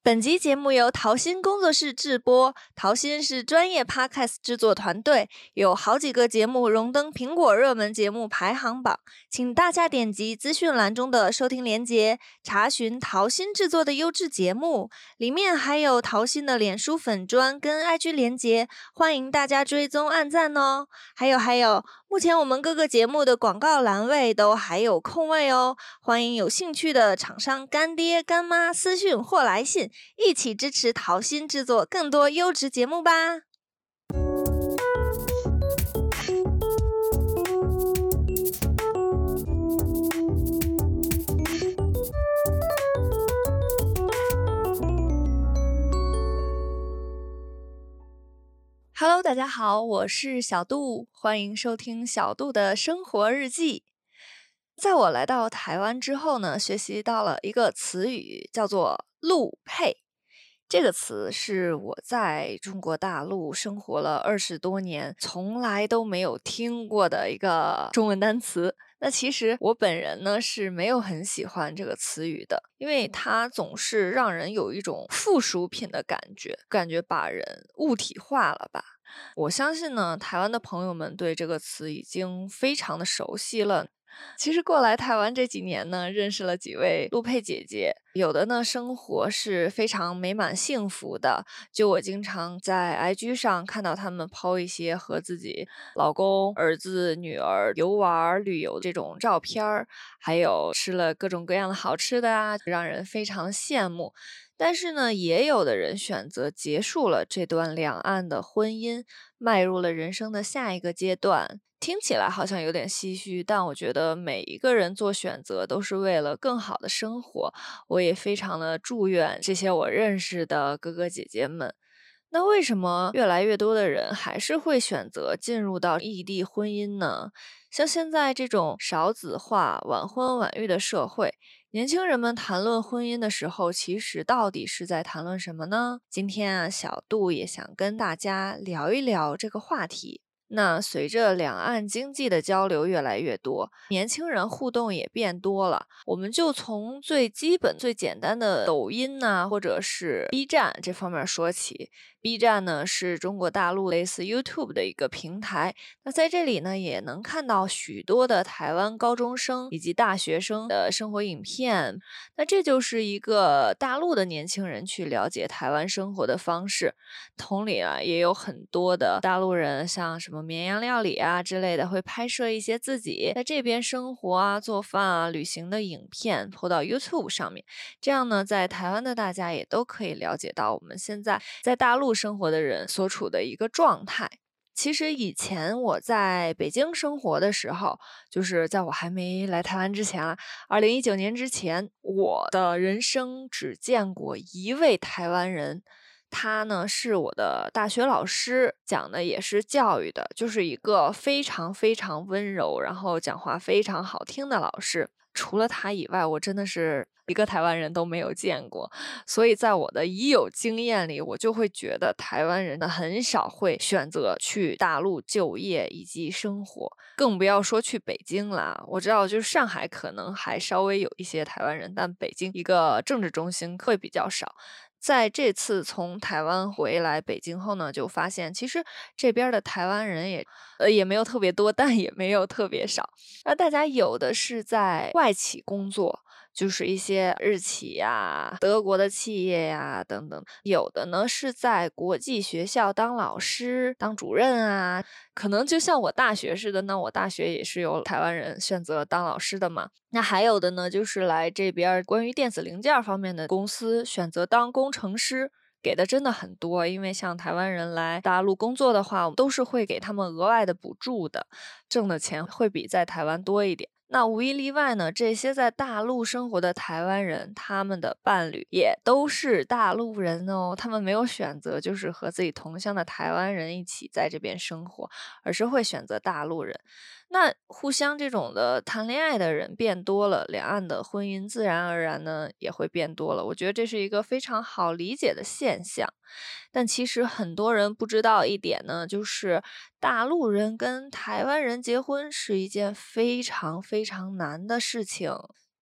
本集节目由桃心工作室制播，桃心是专业 Podcast 制作团队，有好几个节目荣登苹果热门节目排行榜，请大家点击资讯栏中的收听连结，查询桃心制作的优质节目，里面还有桃心的脸书粉专跟 IG 连结，欢迎大家追踪按赞哦。还有，目前我们各个节目的广告栏位都还有空位哦，欢迎有兴趣的厂商干爹干妈私讯或来信，一起支持桃心制作更多优质节目吧。Hello， 大家好，我是小杜，欢迎收听小杜的生活日记。在我来到台湾之后呢，学习到了一个词语，叫做陆配。这个词是我在中国大陆生活了20多年，从来都没有听过的一个中文单词。那其实我本人呢是没有很喜欢这个词语的，因为它总是让人有一种附属品的感觉把人物体化了吧。我相信呢，台湾的朋友们对这个词已经非常的熟悉了。其实过来台湾这几年呢，认识了几位陆配姐姐，有的呢生活是非常美满幸福的，就我经常在 IG 上看到他们 po 一些和自己老公、儿子、女儿游玩、旅游这种照片，还有吃了各种各样的好吃的啊，让人非常羡慕。但是呢，也有的人选择结束了这段两岸的婚姻，迈入了人生的下一个阶段。听起来好像有点唏嘘，但我觉得每一个人做选择都是为了更好的生活。我也非常的祝愿这些我认识的哥哥姐姐们。那为什么越来越多的人还是会选择进入到异地婚姻呢？像现在这种少子化、晚婚晚育的社会，年轻人们谈论婚姻的时候，其实到底是在谈论什么呢？今天啊，小杜也想跟大家聊一聊这个话题。那随着两岸经济的交流越来越多，年轻人互动也变多了。我们就从最基本、最简单的抖音啊，或者是 B 站这方面说起。B 站呢是中国大陆类似 YouTube 的一个平台，那在这里呢也能看到许多的台湾高中生以及大学生的生活影片。那这就是一个大陆的年轻人去了解台湾生活的方式。同理啊，也有很多的大陆人，像什么绵阳料理啊之类的，会拍摄一些自己在这边生活啊、做饭啊、旅行的影片，po到 YouTube 上面。这样呢，在台湾的大家也都可以了解到我们现在在大陆生活的人所处的一个状态。其实以前我在北京生活的时候，就是在我还没来台湾之前啊，2019年之前，我的人生只见过一位台湾人。他呢是我的大学老师，讲的也是教育的，就是一个非常非常温柔，然后讲话非常好听的老师。除了他以外，我真的是一个台湾人都没有见过，所以在我的已有经验里，我就会觉得台湾人呢很少会选择去大陆就业以及生活，更不要说去北京啦。我知道就是上海可能还稍微有一些台湾人，但北京一个政治中心会比较少。在这次从台湾回来北京后呢，就发现其实这边的台湾人也没有特别多，但也没有特别少。那大家有的是在外企工作，就是一些日企呀、德国的企业呀等等；有的呢是在国际学校当老师、当主任啊。可能就像我大学似的，那我大学也是有台湾人选择当老师的嘛。那还有的呢，就是来这边关于电子零件方面的公司选择当工程师。给的真的很多，因为像台湾人来大陆工作的话，都是会给他们额外的补助的，挣的钱会比在台湾多一点。那无一例外呢，这些在大陆生活的台湾人，他们的伴侣也都是大陆人哦，他们没有选择就是和自己同乡的台湾人一起在这边生活，而是会选择大陆人。那互相这种的谈恋爱的人变多了，两岸的婚姻自然而然呢也会变多了。我觉得这是一个非常好理解的现象。但其实很多人不知道一点呢，就是大陆人跟台湾人结婚是一件非常非常难的事情。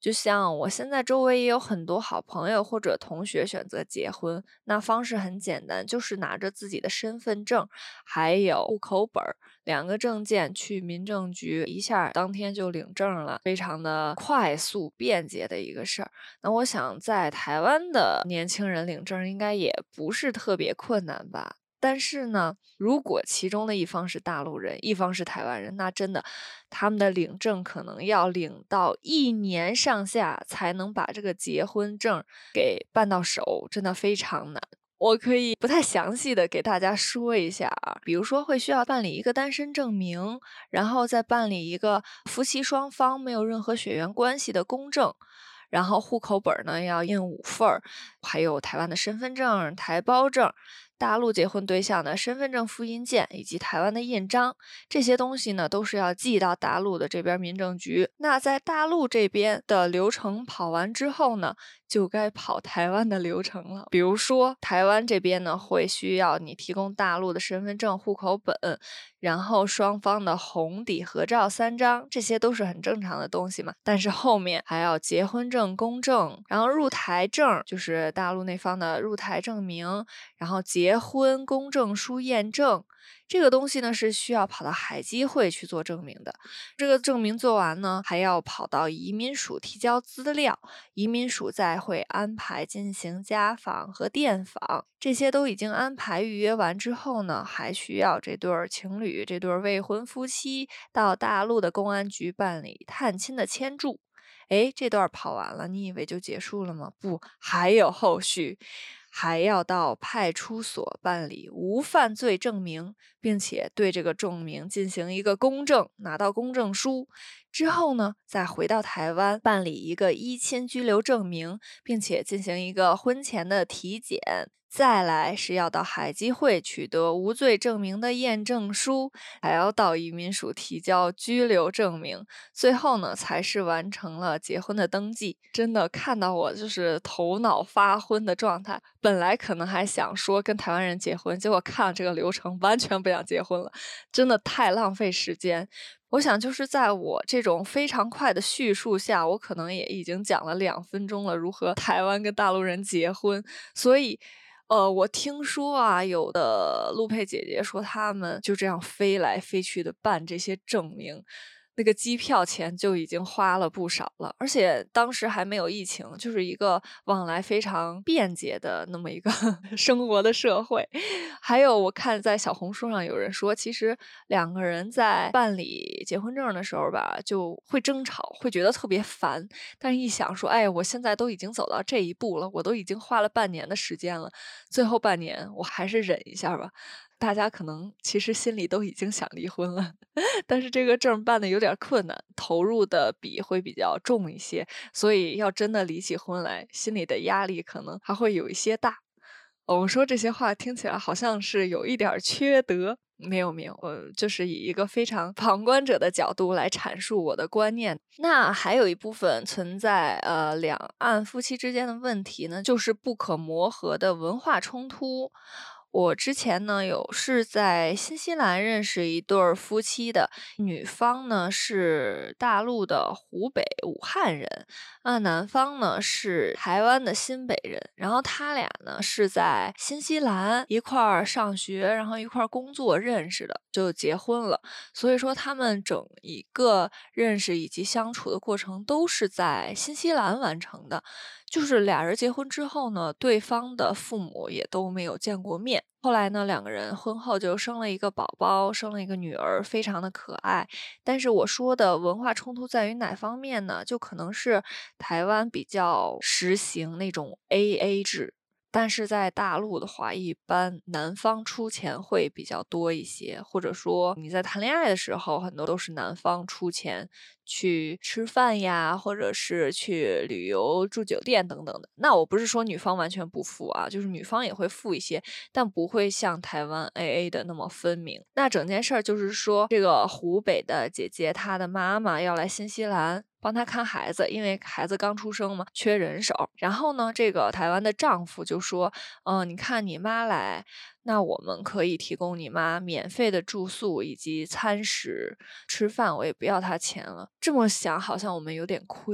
就像我现在周围也有很多好朋友或者同学选择结婚，那方式很简单，就是拿着自己的身份证，还有户口本儿2个证件去民政局，一下当天就领证了，非常的快速便捷的一个事儿。那我想在台湾的年轻人领证应该也不是特别困难吧。但是呢，如果其中的一方是大陆人，一方是台湾人，那真的他们的领证可能要领到1年上下才能把这个结婚证给办到手，真的非常难。我可以不太详细的给大家说一下啊，比如说会需要办理一个单身证明，然后再办理一个夫妻双方没有任何血缘关系的公证，然后户口本呢要印5份儿，还有台湾的身份证、台胞证。大陆结婚对象的身份证复印件以及台湾的印章，这些东西呢都是要寄到大陆的这边民政局。那在大陆这边的流程跑完之后呢，就该跑台湾的流程了。比如说台湾这边呢会需要你提供大陆的身份证、户口本，然后双方的红底合照3张，这些都是很正常的东西嘛。但是后面还要结婚证公证，然后入台证，就是大陆那方的入台证明，然后结婚公证书验证。这个东西呢是需要跑到海基会去做证明的。这个证明做完呢，还要跑到移民署提交资料，移民署再会安排进行家访和电访。这些都已经安排预约完之后呢，还需要这对情侣、这对未婚夫妻到大陆的公安局办理探亲的签注。诶，这段跑完了，你以为就结束了吗？不，还有后续。还要到派出所办理无犯罪证明，并且对这个证明进行一个公证，拿到公证书之后呢，再回到台湾办理一个依亲居留证明，并且进行一个婚前的体检。再来是要到海基会取得无罪证明的验证书，还要到移民署提交居留证明，最后呢才是完成了结婚的登记。真的看到我就是头脑发昏的状态，本来可能还想说跟台湾人结婚，结果看了这个流程完全不想结婚了，真的太浪费时间。我想就是在我这种非常快的叙述下，我可能也已经讲了2分钟了，如何台湾跟大陆人结婚。所以我听说啊，有的陆配姐姐说他们就这样飞来飞去的办这些证明，那个机票钱就已经花了不少了，而且当时还没有疫情，就是一个往来非常便捷的那么一个生活的社会。还有我看在小红书上有人说，其实2个人在办理结婚证的时候吧，就会争吵，会觉得特别烦。但是一想说，哎，我现在都已经走到这一步了，我都已经花了半年的时间了，最后半年我还是忍一下吧。大家可能其实心里都已经想离婚了，但是这个证办的有点困难，投入的比会比较重一些，所以要真的离起婚来，心里的压力可能还会有一些大。我说这些话听起来好像是有一点缺德，没有没有，我就是以一个非常旁观者的角度来阐述我的观念。那还有一部分存在两岸夫妻之间的问题呢，就是不可磨合的文化冲突。我之前呢是在新西兰认识一对夫妻的，女方呢是大陆的湖北武汉人，男方呢是台湾的新北人，然后他俩呢是在新西兰一块儿上学，然后一块儿工作认识的，就结婚了。所以说他们整一个认识以及相处的过程都是在新西兰完成的。就是俩人结婚之后呢，对方的父母也都没有见过面。后来呢，2个人婚后就生了一个宝宝，生了一个女儿，非常的可爱。但是我说的文化冲突在于哪方面呢？就可能是台湾比较实行那种 AA 制。但是在大陆的话，一般男方出钱会比较多一些，或者说你在谈恋爱的时候，很多都是男方出钱去吃饭呀，或者是去旅游住酒店等等的。那我不是说女方完全不付啊，就是女方也会付一些，但不会像台湾 AA 的那么分明。那整件事儿就是说，这个湖北的姐姐她的妈妈要来新西兰帮她看孩子，因为孩子刚出生嘛，缺人手。然后呢，这个台湾的丈夫就说，你看你妈来，那我们可以提供你妈免费的住宿以及餐食，吃饭我也不要她钱了。这么想好像我们有点亏。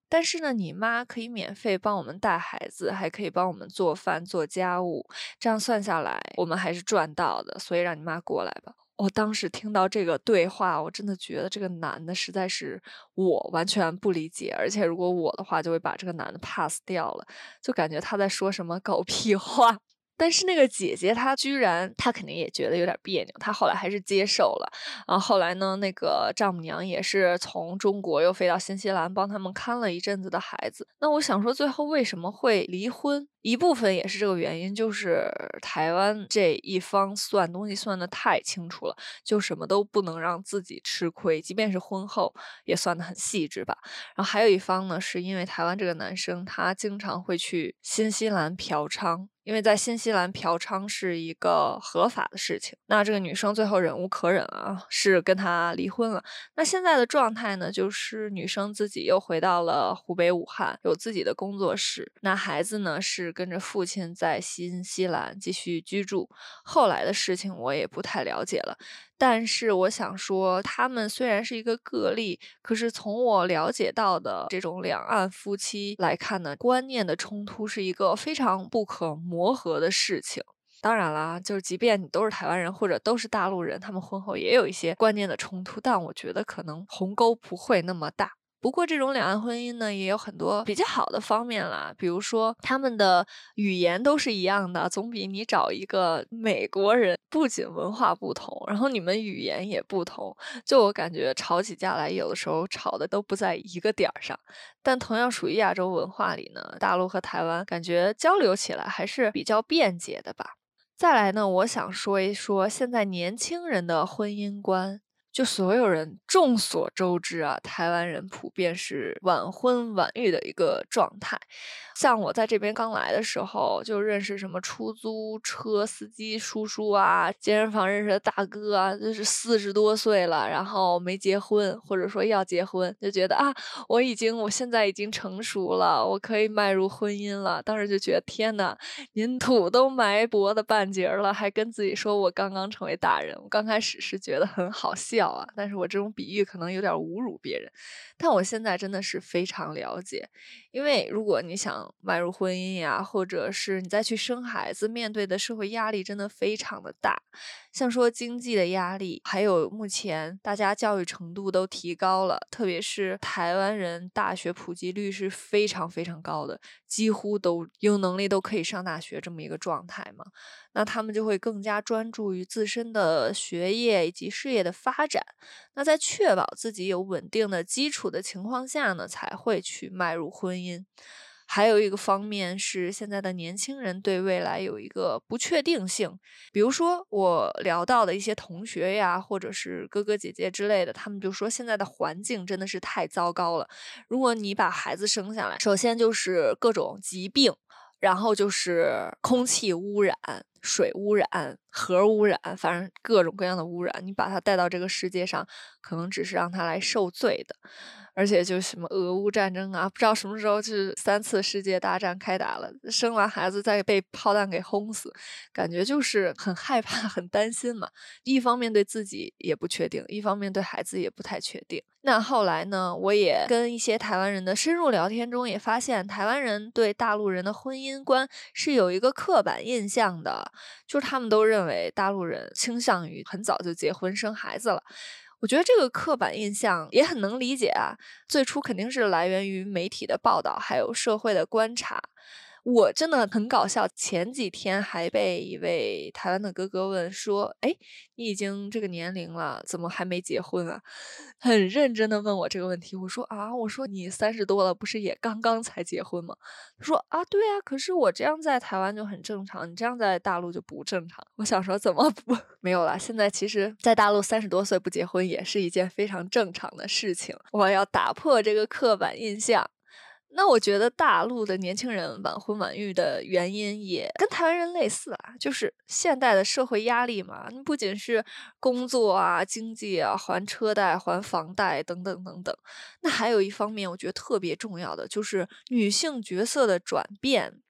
但是呢，你妈可以免费帮我们带孩子，还可以帮我们做饭、做家务，这样算下来，我们还是赚到的，所以让你妈过来吧。我当时听到这个对话，我真的觉得这个男的实在是我完全不理解，而且如果我的话，就会把这个男的 pass 掉了，就感觉他在说什么狗屁话。但是那个姐姐她居然，她肯定也觉得有点别扭，她后来还是接受了。然后后来呢，那个丈母娘也是从中国又飞到新西兰帮他们看了一阵子的孩子。那我想说，最后为什么会离婚？一部分也是这个原因，就是台湾这一方算东西算得太清楚了，就什么都不能让自己吃亏，即便是婚后也算得很细致吧。然后还有一方呢，是因为台湾这个男生他经常会去新西兰嫖娼，因为在新西兰嫖娼是一个合法的事情。那这个女生最后忍无可忍啊，是跟他离婚了。那现在的状态呢，就是女生自己又回到了湖北武汉，有自己的工作室。那孩子呢，是跟着父亲在新西兰继续居住。后来的事情我也不太了解了。但是我想说，他们虽然是一个个例，可是从我了解到的这种两岸夫妻来看呢，观念的冲突是一个非常不可磨合的事情。当然啦，就是即便你都是台湾人或者都是大陆人，他们婚后也有一些观念的冲突，但我觉得可能鸿沟不会那么大。不过这种两岸婚姻呢，也有很多比较好的方面啦，比如说他们的语言都是一样的，总比你找一个美国人，不仅文化不同，然后你们语言也不同，就我感觉吵起架来，有的时候吵的都不在一个点儿上。但同样属于亚洲文化里呢，大陆和台湾感觉交流起来还是比较便捷的吧。再来呢，我想说一说现在年轻人的婚姻观。就所有人众所周知啊，台湾人普遍是晚婚晚育的一个状态。像我在这边刚来的时候，就认识什么出租车司机叔叔啊，健身房认识的大哥啊，就是40多岁了，然后没结婚，或者说要结婚，就觉得啊，我现在已经成熟了，我可以迈入婚姻了。当时就觉得天呐，您土都埋脖子半截了，还跟自己说我刚刚成为大人。我刚开始是觉得很好笑啊，但是我这种比喻可能有点侮辱别人，但我现在真的是非常了解。因为如果你想迈入婚姻呀，或者是你再去生孩子，面对的社会压力真的非常的大。像说经济的压力，还有目前大家教育程度都提高了，特别是台湾人大学普及率是非常非常高的，几乎都有能力都可以上大学这么一个状态嘛。那他们就会更加专注于自身的学业以及事业的发展。那在确保自己有稳定的基础的情况下呢，才会去迈入婚姻。还有一个方面是，现在的年轻人对未来有一个不确定性。比如说，我聊到的一些同学呀，或者是哥哥姐姐之类的，他们就说现在的环境真的是太糟糕了。如果你把孩子生下来，首先就是各种疾病，然后就是空气污染、水污染、核污染，反正各种各样的污染，你把他带到这个世界上，可能只是让他来受罪的。而且就什么俄乌战争啊，不知道什么时候就是3次世界大战开打了，生完孩子再被炮弹给轰死，感觉就是很害怕、很担心嘛。一方面对自己也不确定，一方面对孩子也不太确定。那后来呢，我也跟一些台湾人的深入聊天中也发现，台湾人对大陆人的婚姻观是有一个刻板印象的，就是他们都认为大陆人倾向于很早就结婚生孩子了。我觉得这个刻板印象也很能理解啊，最初肯定是来源于媒体的报道，还有社会的观察。我真的很搞笑，前几天还被一位台湾的哥哥问说：“哎，你已经这个年龄了，怎么还没结婚啊？”很认真的问我这个问题。我说：“啊，我说你30多了，不是也刚刚才结婚吗？”他说：“啊，对啊，可是我这样在台湾就很正常，你这样在大陆就不正常。”我想说怎么不没有啦，现在其实在大陆30多岁不结婚也是一件非常正常的事情。我要打破这个刻板印象。那我觉得大陆的年轻人晚婚晚育的原因也跟台湾人类似啊，就是现代的社会压力嘛，你不仅是工作啊、经济啊、还车贷、还房贷等等等等，那还有一方面我觉得特别重要的就是女性角色的转变。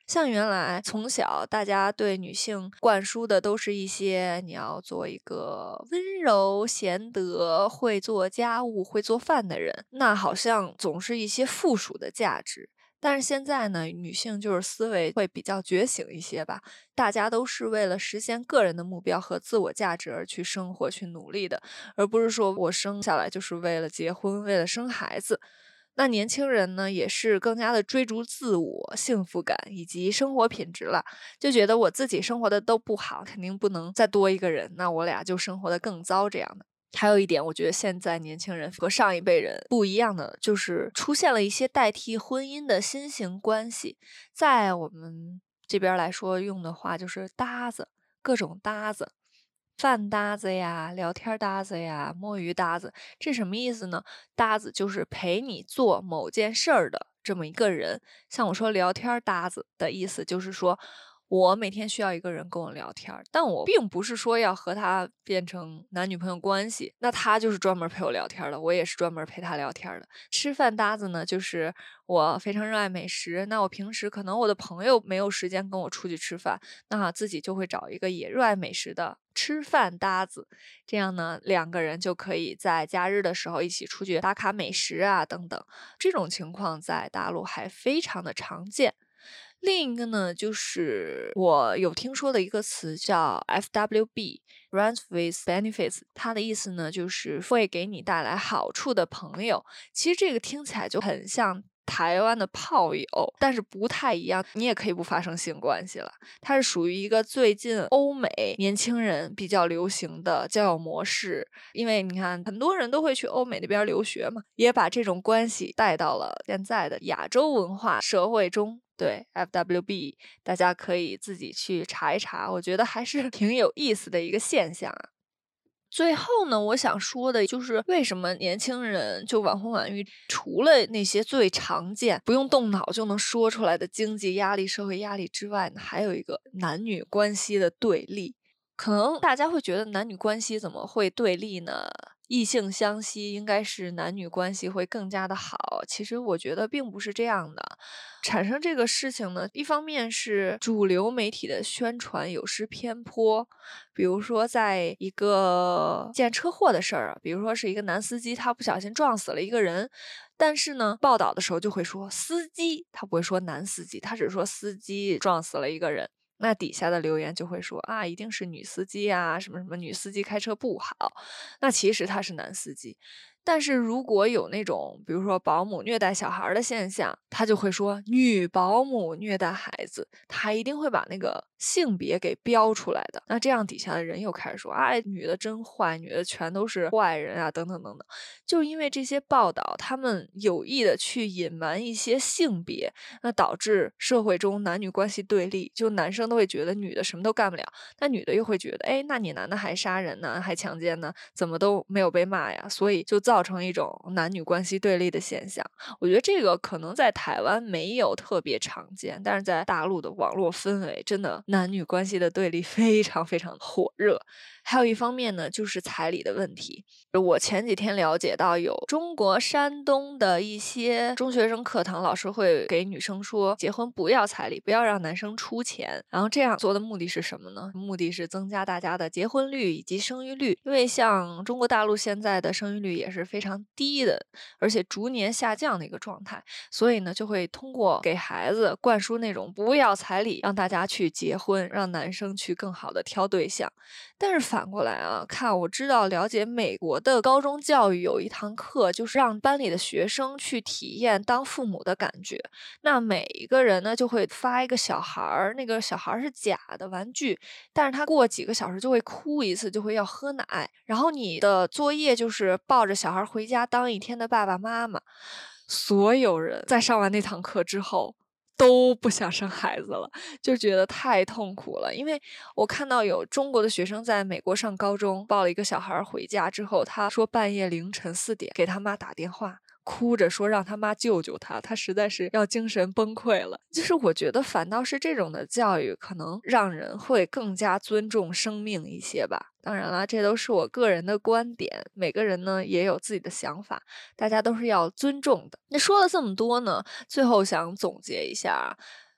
像原来从小大家对女性灌输的都是一些你要做一个温柔贤德、会做家务、会做饭的人，那好像总是一些附属的价值。但是现在呢，女性就是思维会比较觉醒一些吧，大家都是为了实现个人的目标和自我价值而去生活、去努力的，而不是说我生下来就是为了结婚、为了生孩子。那年轻人呢，也是更加的追逐自我、幸福感以及生活品质了，就觉得我自己生活的都不好，肯定不能再多一个人，那我俩就生活的更糟这样的。还有一点，我觉得现在年轻人和上一辈人不一样的，就是出现了一些代替婚姻的新型关系。在我们这边来说，用的话就是搭子，各种搭子。饭搭子呀，聊天搭子呀，摸鱼搭子，这什么意思呢？搭子就是陪你做某件事儿的这么一个人。像我说聊天搭子的意思，就是说我每天需要一个人跟我聊天，但我并不是说要和他变成男女朋友关系，那他就是专门陪我聊天的，我也是专门陪他聊天的。吃饭搭子呢，就是我非常热爱美食，那我平时可能我的朋友没有时间跟我出去吃饭，那自己就会找一个也热爱美食的吃饭搭子，这样呢，两个人就可以在假日的时候一起出去打卡美食啊等等。这种情况在大陆还非常的常见。另一个呢，就是我有听说的一个词叫 FWB，Friends with Benefits，它的意思呢就是会给你带来好处的朋友。其实这个听起来就很像台湾的炮友，但是不太一样，你也可以不发生性关系了。它是属于一个最近欧美年轻人比较流行的交友模式，因为你看很多人都会去欧美那边留学嘛，也把这种关系带到了现在的亚洲文化社会中。对 FWB，大家可以自己去查一查，我觉得还是挺有意思的一个现象啊。最后呢，我想说的就是为什么年轻人就晚婚晚育，除了那些最常见不用动脑就能说出来的经济压力、社会压力之外呢，还有一个男女关系的对立。可能大家会觉得男女关系怎么会对立呢？异性相吸，应该是男女关系会更加的好。其实我觉得并不是这样的。产生这个事情呢，一方面是主流媒体的宣传有失偏颇，比如说在一个件车祸的事儿啊，比如说是一个男司机他不小心撞死了一个人，但是呢，报道的时候就会说司机，他不会说男司机，他只是说司机撞死了一个人。那底下的留言就会说啊，一定是女司机啊，什么什么女司机开车不好。那其实他是男司机。但是如果有那种，比如说保姆虐待小孩的现象，他就会说女保姆虐待孩子，他一定会把那个性别给标出来的。那这样底下的人又开始说，哎，女的真坏，女的全都是坏人啊，等等等等。就因为这些报道，他们有意的去隐瞒一些性别，那导致社会中男女关系对立，就男生都会觉得女的什么都干不了，那女的又会觉得，哎，那你男的还杀人呢，还强奸呢，怎么都没有被骂呀？所以就造成一种男女关系对立的现象。我觉得这个可能在台湾没有特别常见，但是在大陆的网络氛围，真的男女关系的对立非常非常火热。还有一方面呢，就是彩礼的问题。我前几天了解到，有中国山东的一些中学生课堂，老师会给女生说，结婚不要彩礼，不要让男生出钱。然后这样做的目的是什么呢？目的是增加大家的结婚率以及生育率。因为像中国大陆现在的生育率也是非常低的，而且逐年下降的一个状态，所以呢，就会通过给孩子灌输那种不要彩礼，让大家去结婚，让男生去更好的挑对象。但是反过来啊，我知道了解美国的高中教育有一堂课，就是让班里的学生去体验当父母的感觉。那每一个人呢，就会发一个小孩儿，那个小孩儿是假的玩具，但是他过几个小时就会哭一次，就会要喝奶。然后你的作业就是抱着小孩回家当一天的爸爸妈妈。所有人在上完那堂课之后，都不想生孩子了，就觉得太痛苦了。因为我看到有中国的学生在美国上高中，抱了一个小孩回家之后，他说半夜凌晨4点给他妈打电话，哭着说让他妈救救他，他实在是要精神崩溃了。就是我觉得反倒是这种的教育可能让人会更加尊重生命一些吧。当然啦，这都是我个人的观点，每个人呢也有自己的想法，大家都是要尊重的。那说了这么多呢，最后想总结一下，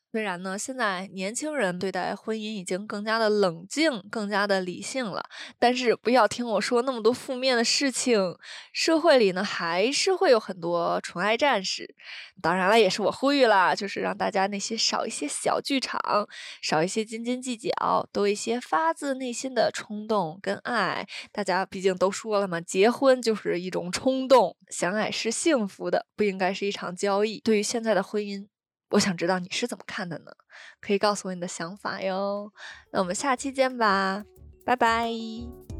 虽然呢，现在年轻人对待婚姻已经更加的冷静，更加的理性了，但是不要听我说那么多负面的事情。社会里呢，还是会有很多纯爱战士。当然了，也是我呼吁啦，就是让大家那些少一些小剧场，少一些斤斤计较，多一些发自内心的冲动跟爱。大家毕竟都说了嘛，结婚就是一种冲动，相爱是幸福的，不应该是一场交易。对于现在的婚姻，我想知道你是怎么看的呢？可以告诉我你的想法哟。那我们下期见吧，拜拜。